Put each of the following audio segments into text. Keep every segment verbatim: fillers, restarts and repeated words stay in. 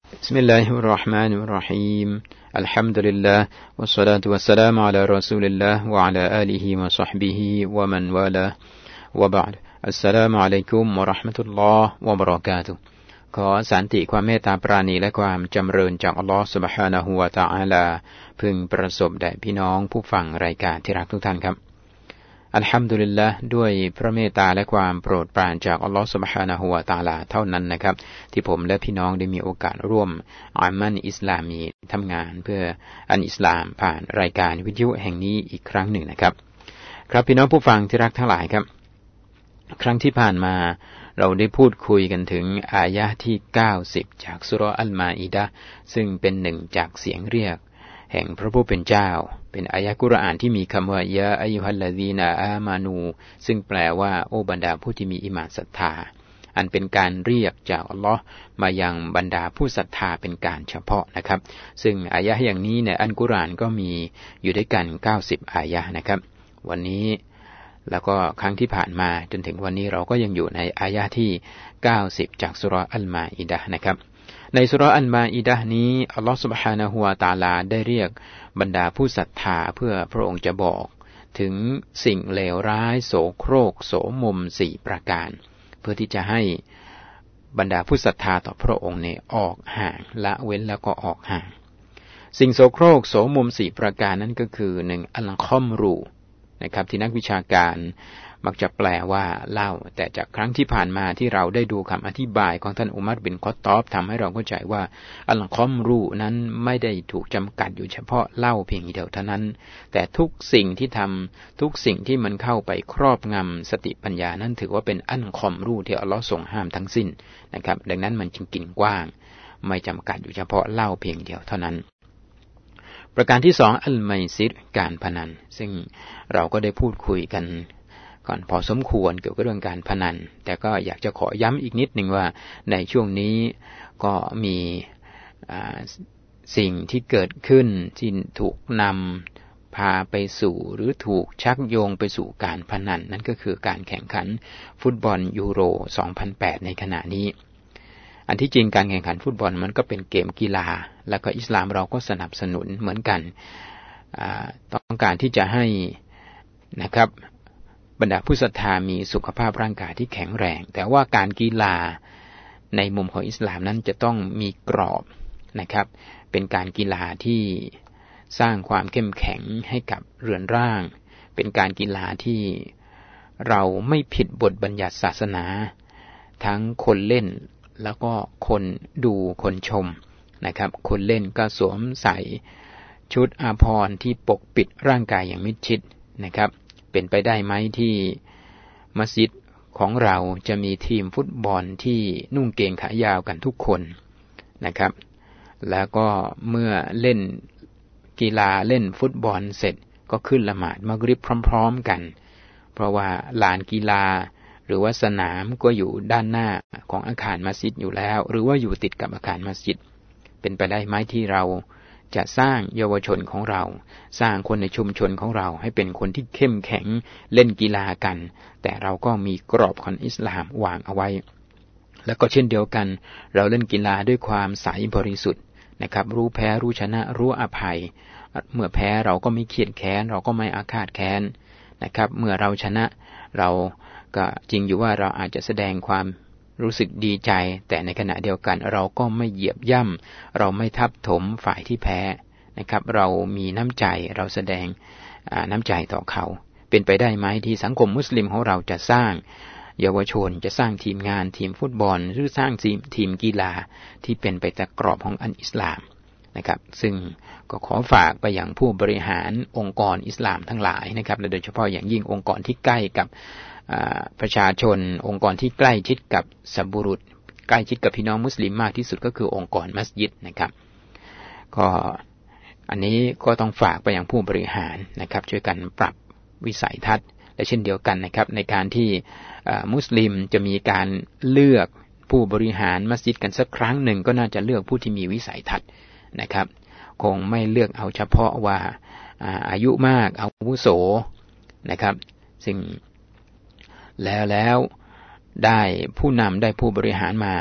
بسم الله الرحمن الرحيم الحمد لله والصلاة والسلام على رسول الله وعلى آله وصحبه ومن والاه وبعد السلام عليكم ورحمة الله وبركاتهขอสันติความเมตตาปราณีและความจำเริญจากอัลลอฮฺซุบฮานะฮูวะตะอาลาพึงประสบแด่พี่น้องผู้ฟังรายการที่รักทุกท่านครับอัลฮัมดุลิลละห์ด้วยพระเมตตาและความโปรดปรานจากอัลลอฮฺซุบฮานะฮูวะตะอาลาเท่านั้นนะครับที่ผมและพี่น้องได้มีโอกาสร่วมอามันอิสลามีทำงานเพื่ออันอิสลามผ่านรายการวิทยุแห่งนี้อีกครั้งหนึ่งนะครับครับพี่น้องผู้ฟังที่รักทั้งหลายครับครั้งที่ผ่านมาเราได้พูดคุยกันถึงอายะห์ที่เก้าสิบจากซูเราะห์อัลมาอิดะห์ซึ่งเป็นหนึ่งจากเสียงเรียกแห่งพระผู้เป็นเจ้าเป็นอายะห์กุรอานที่มีคำว่ายาอัยยูฮัลลาซีนาอามานูซึ่งแปลว่าโอ้บรรดาผู้ที่มีอีหม่านศรัทธาอันเป็นการเรียกจากอัลเลาะห์มายังบรรดาผู้ศรัทธาเป็นการเฉพาะนะครับซึ่งอายะห์อย่างนี้ในอัลกุรอานก็มีอยู่ด้วยกันเก้าสิบอายะห์นะครับวันนี้แล้วก็ครั้งที่ผ่านมาจนถึงวันนี้เราก็ยังอยู่ในอายะห์ที่เก้าสิบจากซูเราะห์อัลมาอิดะห์นะครับในซูเราะห์อัลมาอิดะห์นี้อัลเลาะห์ซุบฮานะฮูวะตะอาลาได้เรียกบรรดาผู้ศรัทธาเพื่อพระองค์จะบอกถึงสิ่งเลวร้ายโสโครกโสมมสี่ประการเพื่อที่จะให้บรรดาผู้ศรัทธาต่อพระองค์เนี่ยออกห่างละเว้นแล้วก็ออกห่างสิ่งโสโครกโสมมสี่ประการนั้นก็คือหนึ่งอัลคอมรูนะครับที่นักวิชาการมักจะแปลว่าเหล้าแต่จากครั้งที่ผ่านมาที่เราได้ดูคำอธิบายของท่านอุมัรบินคอฏฏอบทำให้เราเข้าใจว่าอัลคอมรูนั้นไม่ได้ถูกจำกัดอยู่เฉพาะเหล้าเพียงเดียวเท่านั้นแต่ทุกสิ่งที่ทำทุกสิ่งที่มันเข้าไปครอบงำสติปัญญานั้นถือว่าเป็นอัลคอมรูที่อัลเลาะห์ทรงห้ามทั้งสิ้นนะครับดังนั้นมันจึงกินกว้างไม่จำกัดอยู่เฉพาะเหล้าเพียงเดียวเท่านั้นประการที่สองอัลไมซิรการพนันซึ่งเราก็ได้พูดคุยกันก่อนพอสมควรเกี่ยวกับเรื่องการพนันแต่ก็อยากจะขอย้ำอีกนิดนึงว่าในช่วงนี้ก็มีสิ่งที่เกิดขึ้นที่ถูกนำพาไปสู่หรือถูกชักโยงไปสู่การพนันนั่นก็คือการแข่งขันฟุตบอลยูโรสองพันแปดในขณะนี้อันที่จริงการแข่งขันฟุตบอลมันก็เป็นเกมกีฬาแล้วก็อิสลามเราก็สนับสนุนเหมือนกันต้องการที่จะให้นะครับบรรดาผู้ศรัทธามีสุขภาพร่างกายที่แข็งแรงแต่ว่าการกีฬาในมุมของอิสลามนั้นจะต้องมีกรอบนะครับเป็นการกีฬาที่สร้างความเข้มแข็งให้กับเรือนร่างเป็นการกีฬาที่เราไม่ผิดบทบัญญัติศาสนาทั้งคนเล่นแล้วก็คนดูคนชมนะครับคนเล่นก็สวมใส่ชุดอาภรณ์ที่ปกปิดร่างกายอย่างมิดชิดนะครับเป็นไปได้ไหมที่มัสยิดของเราจะมีทีมฟุตบอลที่นุ่งเกงขายาวกันทุกคนนะครับแล้วก็เมื่อเล่นกีฬาเล่นฟุตบอลเสร็จก็ขึ้นละหมาดมักริบพร้อมๆกันเพราะว่าลานกีฬาหรือว่าสนามก็อยู่ด้านหน้าของอาคารมัสยิดอยู่แล้วหรือว่าอยู่ติดกับอาคารมัสยิดเป็นไปได้ไหมที่เราจะสร้างเยาวชนของเราสร้างคนในชุมชนของเราให้เป็นคนที่เข้มแข็งเล่นกีฬากันแต่เราก็มีกรอบของอิสลามวางเอาไว้แล้วก็เช่นเดียวกันเราเล่นกีฬาด้วยความใสบริสุทธิ์นะครับรู้แพ้รู้ชนะรู้อภัยเมื่อแพ้เราก็ไม่เครียดแค้นเราก็ไม่อาฆาตแค้นนะครับเมื่อเราชนะเราก็จริงอยู่ว่าเราอาจจะแสดงความรู้สึกดีใจแต่ในขณะเดียวกันเราก็ไม่เหยียบย่ำเราไม่ทับถมฝ่ายที่แพ้นะครับเรามีน้ำใจเราแสดงน้ำใจต่อเขาเป็นไปได้ไหมที่สังคมมุสลิมของเราจะสร้างเยาวชนจะสร้างทีมงานทีมฟุตบอลหรือสร้างทีมทีมกีฬาที่เป็นไปตามกรอบของอันอิสลามนะครับซึ่งก็ขอฝากไปอย่างผู้บริหารองค์กรอิสลามทั้งหลายนะครับและโดยเฉพาะอย่างยิ่งองค์กรที่ใกล้กับประชาชนองค์กรที่ใกล้ชิดกับสัพบุรุษใกล้ชิดกับพี่น้องมุสลิมมากที่สุดก็คือองค์กรมัสยิดนะครับก็อันนี้ก็ต้องฝากไปยังผู้บริหารนะครับช่วยกันปรับวิสัยทัศน์และเช่นเดียวกันนะครับในการที่มุสลิมจะมีการเลือกผู้บริหารมัสยิดกันสักครั้งหนึ่งก็น่าจะเลือกผู้ที่มีวิสัยทัศน์นะครับคงไม่เลือกเอาเฉพาะว่าอายุมากอาวุโสนะครับซึ่งแล้วแล้วได้ผู้นำได้ผู้บริหารมา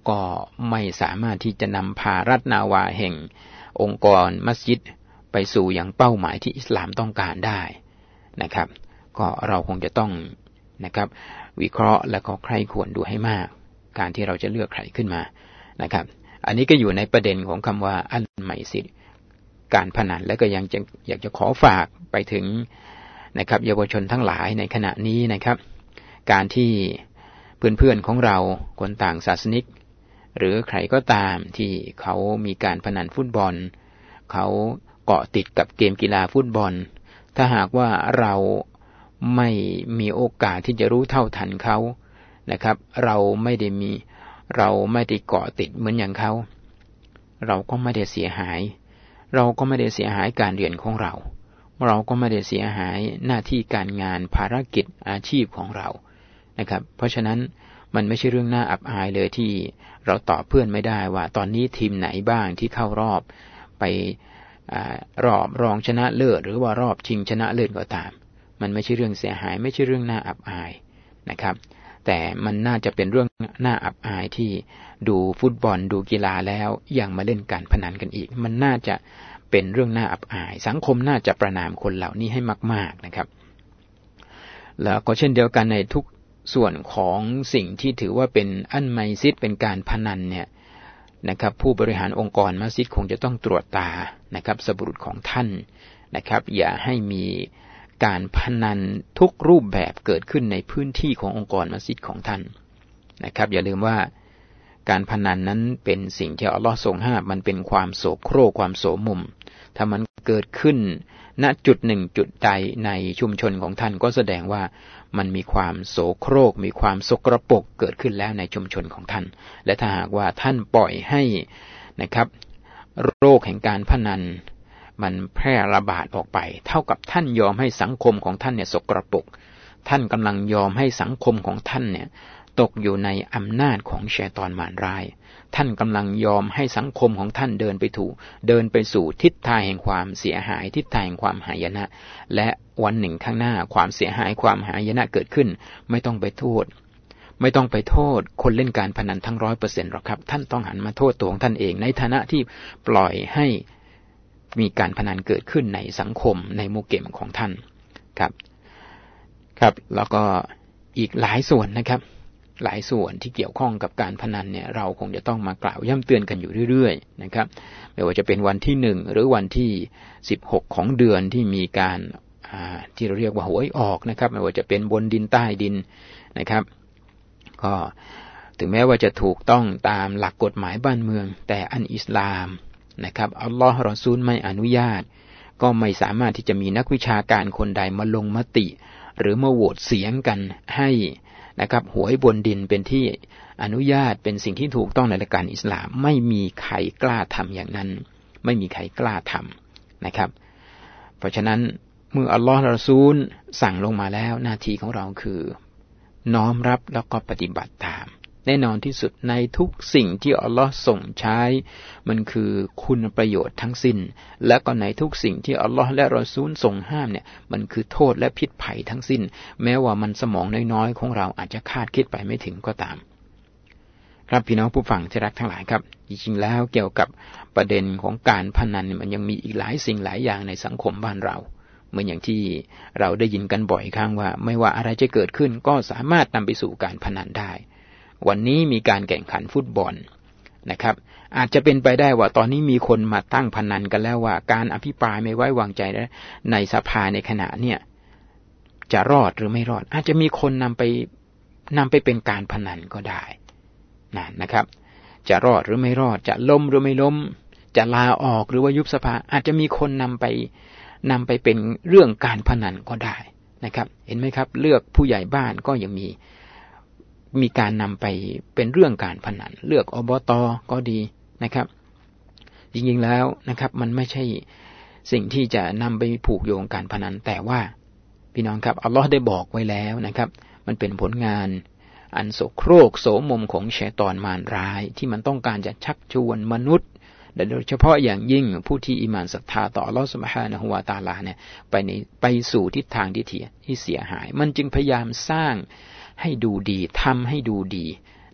ก็ไม่สามารถที่จะนำพารัฐนาวาแห่งองค์กรมัสยิดไปสู่อย่างเป้าหมายที่อิสลามต้องการได้นะครับก็เราคงจะต้องนะครับวิเคราะห์และก็ใคร่ควรดูให้มากการที่เราจะเลือกใครขึ้นมานะครับอันนี้ก็อยู่ในประเด็นของคำว่าอัลไมซิรการพนันและก็ยังจะอยากจะขอฝากไปถึงนะครับเยาวชนทั้งหลายในขณะนี้นะครับการที่เพื่อนๆของเราคนต่างศาสนิกหรือใครก็ตามที่เขามีการพนันฟุตบอลเขาเกาะติดกับเกมกีฬาฟุตบอลถ้าหากว่าเราไม่มีโอกาสที่จะรู้เท่าทันเขานะครับเราไม่ได้มีเราไม่ได้เกาะติดเหมือนอย่างเขาเราก็ไม่ได้เสียหายเราก็ไม่ได้เสียหายการเรียนของเราเราก็ไม่ได้เสียหายหน้าที่การงานภารกิจอาชีพของเรานะครับเพราะฉะนั้นมันไม่ใช่เรื่องน่าอับอายเลยที่เราตอบเพื่อนไม่ได้ว่าตอนนี้ทีมไหนบ้างที่เข้ารอบไปอ่ารอบรองชนะเลิศหรือว่ารอบชิงชนะเลิศก็ตามมันไม่ใช่เรื่องเสียหายไม่ใช่เรื่องน่าอับอายนะครับแต่มันน่าจะเป็นเรื่องน่าอับอายที่ดูฟุตบอลดูกีฬาแล้วยังมาเล่นการพนันกันอีกมันน่าจะเป็นเรื่องน่าอับอายสังคมน่าจะประณามคนเหล่านี้ให้มากๆนะครับแล้วก็เช่นเดียวกันในทุกส่วนของสิ่งที่ถือว่าเป็นอันไมซิดเป็นการพนันเนี่ยนะครับผู้บริหารองค์กรมัสยิดคงจะต้องตรวจตานะครับสบุรุษของท่านนะครับอย่าให้มีการพนันทุกรูปแบบเกิดขึ้นในพื้นที่ขององค์กรมัสยิดของท่านนะครับอย่าลืมว่าการพนันนั้นเป็นสิ่งที่อัลลอฮ์ทรงห้ามมันเป็นความโสโครกความโสมมถ้ามันเกิดขึ้นณจุดหนึ่งจุดใดในชุมชนของท่านก็แสดงว่ามันมีความโสโครกมีความสกปรกเกิดขึ้นแล้วในชุมชนของท่านและถ้าหากว่าท่านปล่อยให้นะครับโรคแห่งการพนันมันแพร่ระบาดออกไปเท่ากับท่านยอมให้สังคมของท่านเนี่ยสกปรกท่านกำลังยอมให้สังคมของท่านเนี่ยตกอยู่ในอำนาจของชัยฏอนมารร้ายท่านกำลังยอมให้สังคมของท่านเดินไปถูกเดินไปสู่ทิศทางแห่งความเสียหายทิศทางแห่งความหายนะและวันหนึ่งข้างหน้าความเสียหายความหายนะเกิดขึ้นไม่ต้องไปโทษไม่ต้องไปโทษคนเล่นการพนันทั้งร้อยเปอร์เซ็นต์หรอกครับท่านต้องหันมาโทษตัวของท่านเองในฐานะที่ปล่อยให้มีการพนันเกิดขึ้นในสังคมในหมู่เก็มของท่านครับครับแล้วก็อีกหลายส่วนนะครับหลายส่วนที่เกี่ยวข้องกับการพนันเนี่ยเราคงจะต้องมากล่าวย้ำเตือนกันอยู่เรื่อยๆนะครับไม่ว่าจะเป็นวันที่หนึ่งหรือวันที่สิบหกของเดือนที่มีการที่เราเรียกว่าหวยออกนะครับไม่ว่าจะเป็นบนดินใต้ดินนะครับก็ถึงแม้ว่าจะถูกต้องตามหลักกฎหมายบ้านเมืองแต่อันอิสลามนะครับอัลลอฮ์รอซูลไม่อนุญาตก็ไม่สามารถที่จะมีนักวิชาการคนใดมาลงมติหรือมาโหวตเสียงกันให้นะครับหวยบนดินเป็นที่อนุญาตเป็นสิ่งที่ถูกต้องในหลักการอิสลามไม่มีใครกล้าทำอย่างนั้นไม่มีใครกล้าทำนะครับเพราะฉะนั้นเมื่ออัลลอฮ์รอซูลสั่งลงมาแล้วหน้าที่ของเราคือน้อมรับแล้วก็ปฏิบัติตามแน่นอนที่สุดในทุกสิ่งที่อัลลอฮ์ส่งใช้มันคือคุณประโยชน์ทั้งสิ้นและก็ในทุกสิ่งที่อัลลอฮ์และรอซูลส่งห้ามเนี่ยมันคือโทษและพิษภัยทั้งสิ้นแม้ว่ามันสมองน้อยๆของเราอาจจะคาดคิดไปไม่ถึงก็ตามครับพี่น้องผู้ฟังที่รักทั้งหลายครับจริงๆแล้วเกี่ยวกับประเด็นของการพนันมันยังมีอีกหลายสิ่งหลายอย่างในสังคมบ้านเราเหมือนอย่างที่เราได้ยินกันบ่อยครั้งว่าไม่ว่าอะไรจะเกิดขึ้นก็สามารถนำไปสู่การพนันได้วันนี้มีการแข่งขันฟุตบอลนะครับอาจจะเป็นไปได้ว่าตอนนี้มีคนมาตั้งพนันกันแล้วว่าการอภิปรายไม่ไว้วางใจในสภาในขณะเนี่ยจะรอดหรือไม่รอดอาจจะมีคนนำไปนำไปเป็นการพนันก็ได้นะนะครับจะรอดหรือไม่รอดจะล้มหรือไม่ล้มจะลาออกหรือว่ายุบสภาอาจจะมีคนนำไปนำไปเป็นเรื่องการพนันก็ได้นะครับเห็นไหมครับเลือกผู้ใหญ่บ้านก็ยังมีมีการนำไปเป็นเรื่องการพนันเลือกอบต.ก็ดีนะครับจริงๆแล้วนะครับมันไม่ใช่สิ่งที่จะนำไปผูกโยงการพนันแต่ว่าพี่น้องครับอัลลอฮ์ได้บอกไว้แล้วนะครับมันเป็นผลงานอันโสโครกโสมมของชัยฏอนมารร้ายที่มันต้องการจะชักชวนมนุษย์โดยเฉพาะอย่างยิ่งผู้ที่อีหม่านศรัทธาต่ออัลลอฮ์ซุบฮานะฮูวะตะอาลาเนี่ยไปในไปสู่ทิศทางที่ที่เสียหายมันจึงพยายามสร้างให้ดูดีทำให้ดูดี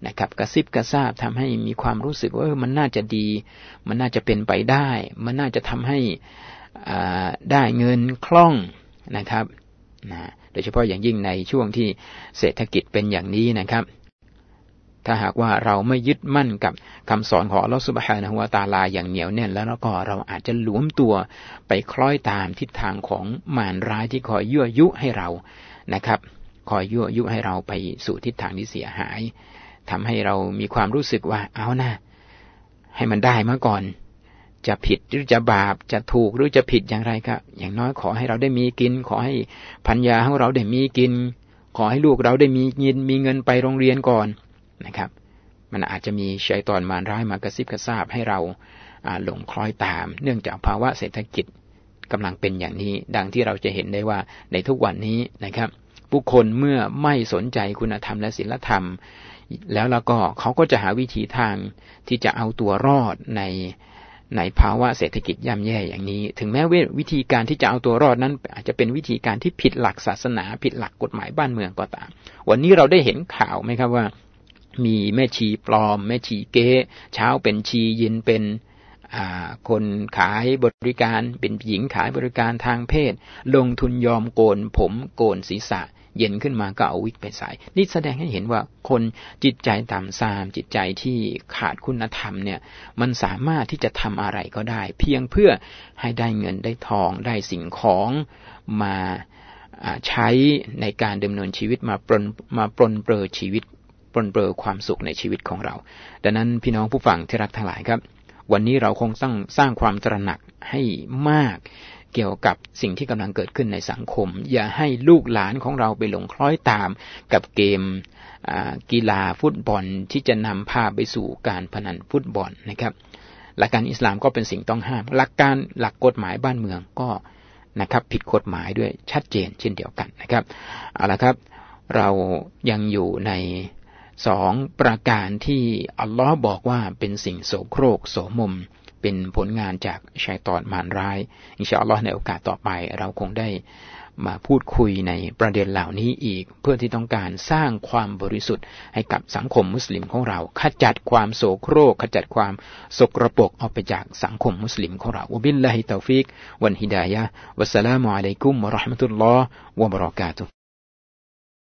นะครับกระซิบกระซาบทำให้มีความรู้สึกว่ามันน่าจะดีมันน่าจะเป็นไปได้มันน่าจะทำให้ได้เงินคล่องนะครับนะโดยเฉพาะอย่างยิ่งในช่วงที่เศรษฐกิจเป็นอย่างนี้นะครับถ้าหากว่าเราไม่ยึดมั่นกับคำสอนของอัลเลาะห์ซุบฮานะฮูวะตะอาลาอย่างเหนียวแน่นแล้วก็เราอาจจะหลวมตัวไปคล้อยตามทิศทางของมารร้ายที่คอยยั่วยุให้เรานะครับคอยยั่วยุให้เราไปสู่ทิศทางที่เสียหายทำให้เรามีความรู้สึกว่าเอานะให้มันได้มาก่อนจะผิดหรือจะบาปจะถูกหรือจะผิดอย่างไรก็อย่างน้อยขอให้เราได้มีกินขอให้ภรรยาของเราได้มีกินขอให้ลูกเราได้มีเงินมีเงินไปโรงเรียนก่อนนะครับมันอาจจะมีชัยฏอนมารร้ายมากระซิบกระซาบให้เราหลงคล้อยตามเนื่องจากภาวะเศรษฐกิจกำลังเป็นอย่างนี้ดังที่เราจะเห็นได้ว่าในทุกวันนี้นะครับผู้คนเมื่อไม่สนใจคุณธรรมและศีลธรรมแล้วแล้วก็เขาก็จะหาวิธีทางที่จะเอาตัวรอดในในภาวะเศรษฐกิจย่ำแย่อย่างนี้ถึงแม้ว่าวิธีการที่จะเอาตัวรอดนั้นอาจจะเป็นวิธีการที่ผิดหลักศาสนาผิดหลักกฎหมายบ้านเมืองก็ตามวันนี้เราได้เห็นข่าวไหมครับว่ามีแม่ชีปลอมแม่ชีเก๊เช้าเป็นชีเย็นเป็นคนขายบริการเป็นหญิงขายบริการทางเพศลงทุนยอมโกนผมโกนศีรษะเย็นขึ้นมาก็เอาวิกไปใส่นี่แสดงให้เห็นว่าคนจิตใจต่ำทรามจิตใจที่ขาดคุณธรรมเนี่ยมันสามารถที่จะทำอะไรก็ได้เพียงเพื่อให้ได้เงินได้ทองได้สิ่งของมาใช้ในการดำเนินชีวิตมาปรนมาปรนเปรอชีวิตปรนเปรอความสุขในชีวิตของเราดังนั้นพี่น้องผู้ฟังที่รักทั้งหลายครับวันนี้เราคงต้องสร้างความตระหนักให้มากเกี่ยวกับสิ่งที่กำลังเกิดขึ้นในสังคมอย่าให้ลูกหลานของเราไปหลงคล้อยตามกับเกมกีฬาฟุตบอลที่จะนำพาไปสู่การพนันฟุตบอลนะครับหลักการอิสลามก็เป็นสิ่งต้องห้ามหลักการหลักกฎหมายบ้านเมืองก็นะครับผิดกฎหมายด้วยชัดเจนเช่นเดียวกันนะครับเอาละครับเรายังอยู่ในสองประการที่อัลลอฮ์บอกว่าเป็นสิ่งโสโครกโสมมเป็นผลงานจากชัยฏอนมารร้ายอินชาอัลลอฮ์ในโอกาสต่อไปเราคงได้มาพูดคุยในประเด็นเหล่านี้อีกเพื่อที่ต้องการสร้างความบริสุทธิ์ให้กับสังคมมุสลิมของเราขจัดความโสโครกขจัดความสกปรกออกไปจากสังคมมุสลิมของเราวะบิลลาฮิตอฟิกวันฮิดายะฮ์วัสสลามุอะลัยกุมวะเราะห์มะตุลลอฮ์วะบะเราะกาตุฮ์